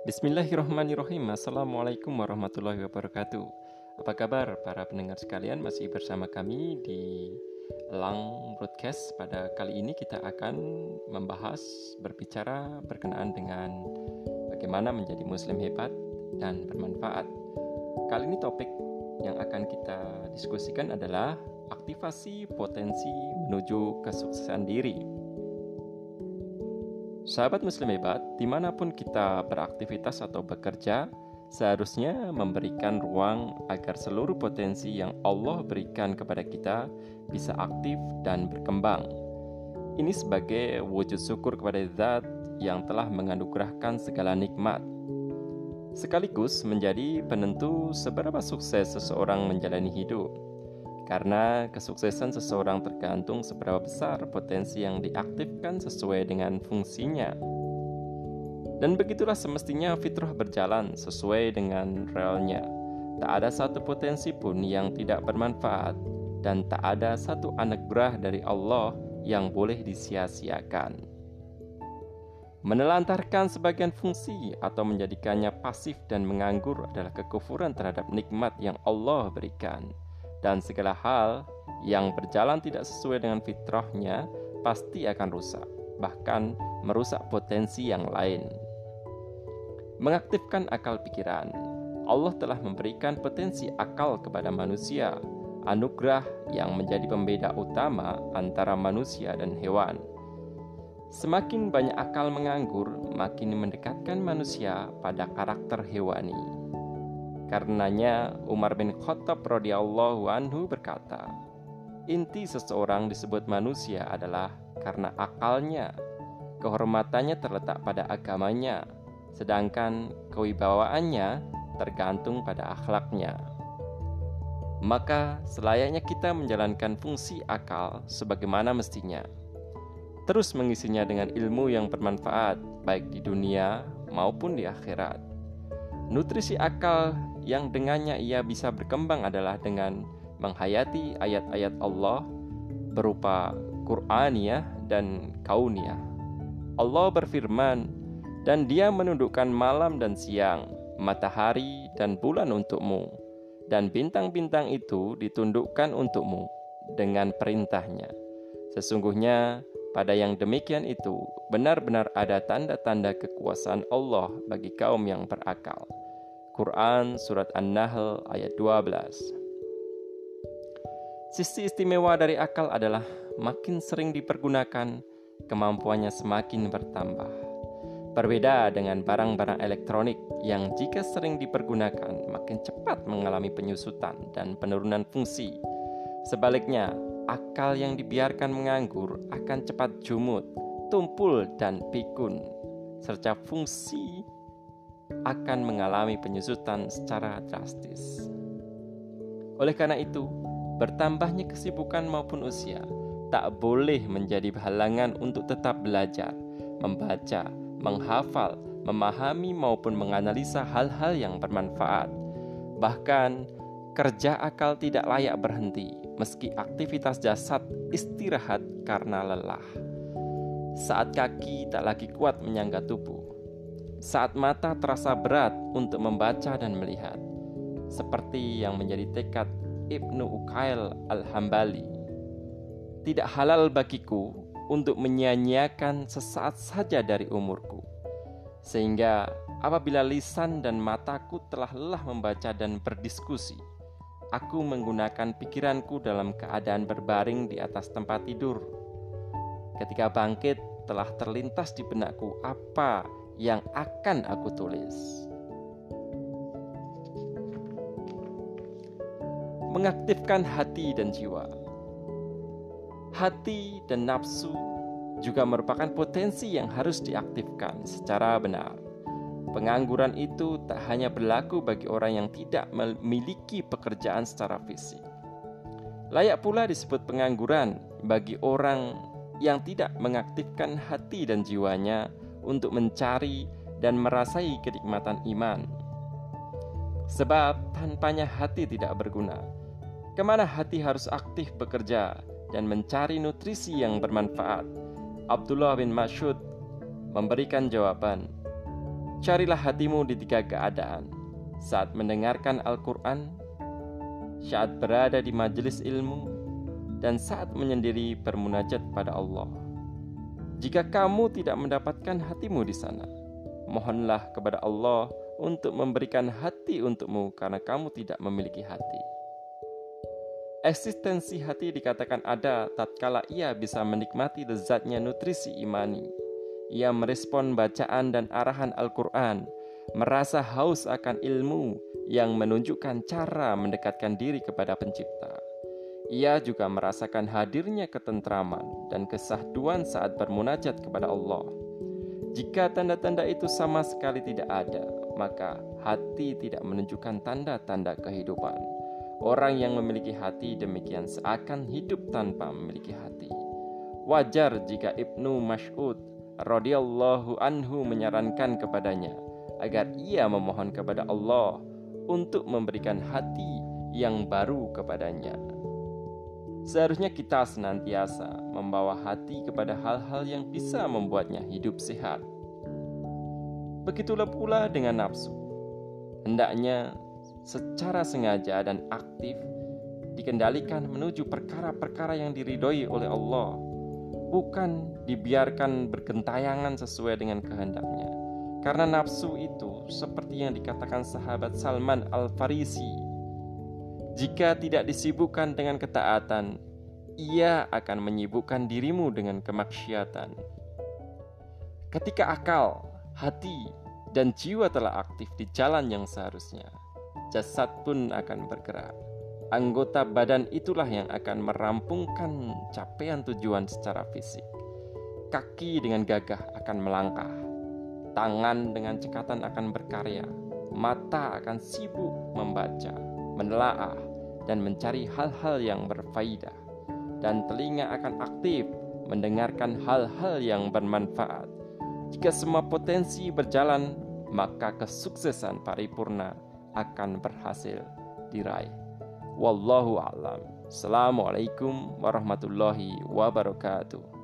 Bismillahirrahmanirrahim. Assalamualaikum warahmatullahi wabarakatuh. Apa kabar para pendengar sekalian? Masih bersama kami di Elang Broadcast. Pada kali ini kita akan berbicara berkenaan dengan bagaimana menjadi muslim hebat dan bermanfaat. Kali ini topik yang akan kita diskusikan adalah aktivasi potensi menuju kesuksesan diri. Sahabat muslim hebat, dimanapun kita beraktivitas atau bekerja, seharusnya memberikan ruang agar seluruh potensi yang Allah berikan kepada kita bisa aktif dan berkembang. Ini sebagai wujud syukur kepada Zat yang telah menganugerahkan segala nikmat, sekaligus menjadi penentu seberapa sukses seseorang menjalani hidup. Karena kesuksesan seseorang tergantung seberapa besar potensi yang diaktifkan sesuai dengan fungsinya. Dan begitulah semestinya fitrah berjalan sesuai dengan realnya. Tak ada satu potensi pun yang tidak bermanfaat, dan tak ada satu anugerah dari Allah yang boleh disia-siakan. Menelantarkan sebagian fungsi atau menjadikannya pasif dan menganggur adalah kekufuran terhadap nikmat yang Allah berikan. Dan segala hal yang berjalan tidak sesuai dengan fitrahnya pasti akan rusak, bahkan merusak potensi yang lain. Mengaktifkan akal pikiran. Allah telah memberikan potensi akal kepada manusia, anugerah yang menjadi pembeda utama antara manusia dan hewan. Semakin banyak akal menganggur, makin mendekatkan manusia pada karakter hewani. Karenanya Umar bin Khattab radhiyallahu anhu berkata, inti seseorang disebut manusia adalah karena akalnya, kehormatannya terletak pada agamanya, sedangkan kewibawaannya tergantung pada akhlaknya. Maka selayaknya kita menjalankan fungsi akal sebagaimana mestinya, terus mengisinya dengan ilmu yang bermanfaat baik di dunia maupun di akhirat. Nutrisi akal yang dengannya ia bisa berkembang adalah dengan menghayati ayat-ayat Allah berupa Qur'aniyah dan Kauniyah. Allah berfirman, dan Dia menundukkan malam dan siang, matahari dan bulan untukmu, dan bintang-bintang itu ditundukkan untukmu dengan perintahnya. Sesungguhnya pada yang demikian itu benar-benar ada tanda-tanda kekuasaan Allah bagi kaum yang berakal. Quran Surat An-Nahl ayat 12. Sisi istimewa dari akal adalah makin sering dipergunakan, kemampuannya semakin bertambah. Berbeda dengan barang-barang elektronik yang jika sering dipergunakan makin cepat mengalami penyusutan dan penurunan fungsi. Sebaliknya, akal yang dibiarkan menganggur akan cepat jumut, tumpul dan pikun, serta fungsi akan mengalami penyusutan secara drastis. Oleh karena itu, bertambahnya kesibukan maupun usia tak boleh menjadi halangan untuk tetap belajar, membaca, menghafal, memahami maupun menganalisa hal-hal yang bermanfaat. Bahkan, kerja akal tidak layak berhenti meski aktivitas jasad istirahat karena lelah. Saat kaki tak lagi kuat menyangga tubuh, saat mata terasa berat untuk membaca dan melihat, seperti yang menjadi tekad Ibnu Uqail Al-Hambali. Tidak halal bagiku untuk menyia-nyiakan sesaat saja dari umurku, sehingga apabila lisan dan mataku telah lelah membaca dan berdiskusi, aku menggunakan pikiranku dalam keadaan berbaring di atas tempat tidur. Ketika bangkit, telah terlintas di benakku apa yang akan aku tulis. Mengaktifkan hati dan jiwa. Hati dan nafsu juga merupakan potensi yang harus diaktifkan secara benar. Pengangguran itu tak hanya berlaku bagi orang yang tidak memiliki pekerjaan secara fisik. Layak pula disebut pengangguran bagi orang yang tidak mengaktifkan hati dan jiwanya untuk mencari dan merasai kenikmatan iman. Sebab tanpanya hati tidak berguna. Kemana hati harus aktif bekerja dan mencari nutrisi yang bermanfaat? Abdullah bin Mas'ud memberikan jawaban, Carilah hatimu di 3 keadaan: saat mendengarkan Al-Quran, saat berada di majelis ilmu, dan saat menyendiri bermunajat pada Allah. Jika kamu tidak mendapatkan hatimu di sana, mohonlah kepada Allah untuk memberikan hati untukmu karena kamu tidak memiliki hati. Eksistensi hati dikatakan ada tatkala ia bisa menikmati lezatnya nutrisi imani. Ia merespon bacaan dan arahan Al-Quran, merasa haus akan ilmu yang menunjukkan cara mendekatkan diri kepada Pencipta. Ia juga merasakan hadirnya ketentraman dan kesahduan saat bermunajat kepada Allah. Jika tanda-tanda itu sama sekali tidak ada, maka hati tidak menunjukkan tanda-tanda kehidupan. Orang yang memiliki hati demikian seakan hidup tanpa memiliki hati. Wajar jika Ibnu Mas'ud radhiyallahu anhu menyarankan kepadanya agar ia memohon kepada Allah untuk memberikan hati yang baru kepadanya. Seharusnya kita senantiasa membawa hati kepada hal-hal yang bisa membuatnya hidup sehat. Begitulah pula dengan nafsu. Hendaknya secara sengaja dan aktif dikendalikan menuju perkara-perkara yang diridhoi oleh Allah, bukan dibiarkan bergentayangan sesuai dengan kehendaknya. Karena nafsu itu seperti yang dikatakan sahabat Salman Al-Farisi, jika tidak disibukkan dengan ketaatan, ia akan menyibukkan dirimu dengan kemaksiatan. Ketika akal, hati, dan jiwa telah aktif di jalan yang seharusnya, jasad pun akan bergerak. Anggota badan itulah yang akan merampungkan capaian tujuan secara fisik. Kaki dengan gagah akan melangkah, tangan dengan cekatan akan berkarya, mata akan sibuk membaca, menelaah, dan mencari hal-hal yang berfaedah, dan telinga akan aktif mendengarkan hal-hal yang bermanfaat. Jika semua potensi berjalan, maka kesuksesan paripurna akan berhasil diraih. Wallahu a'lam. Assalamualaikum warahmatullahi wabarakatuh.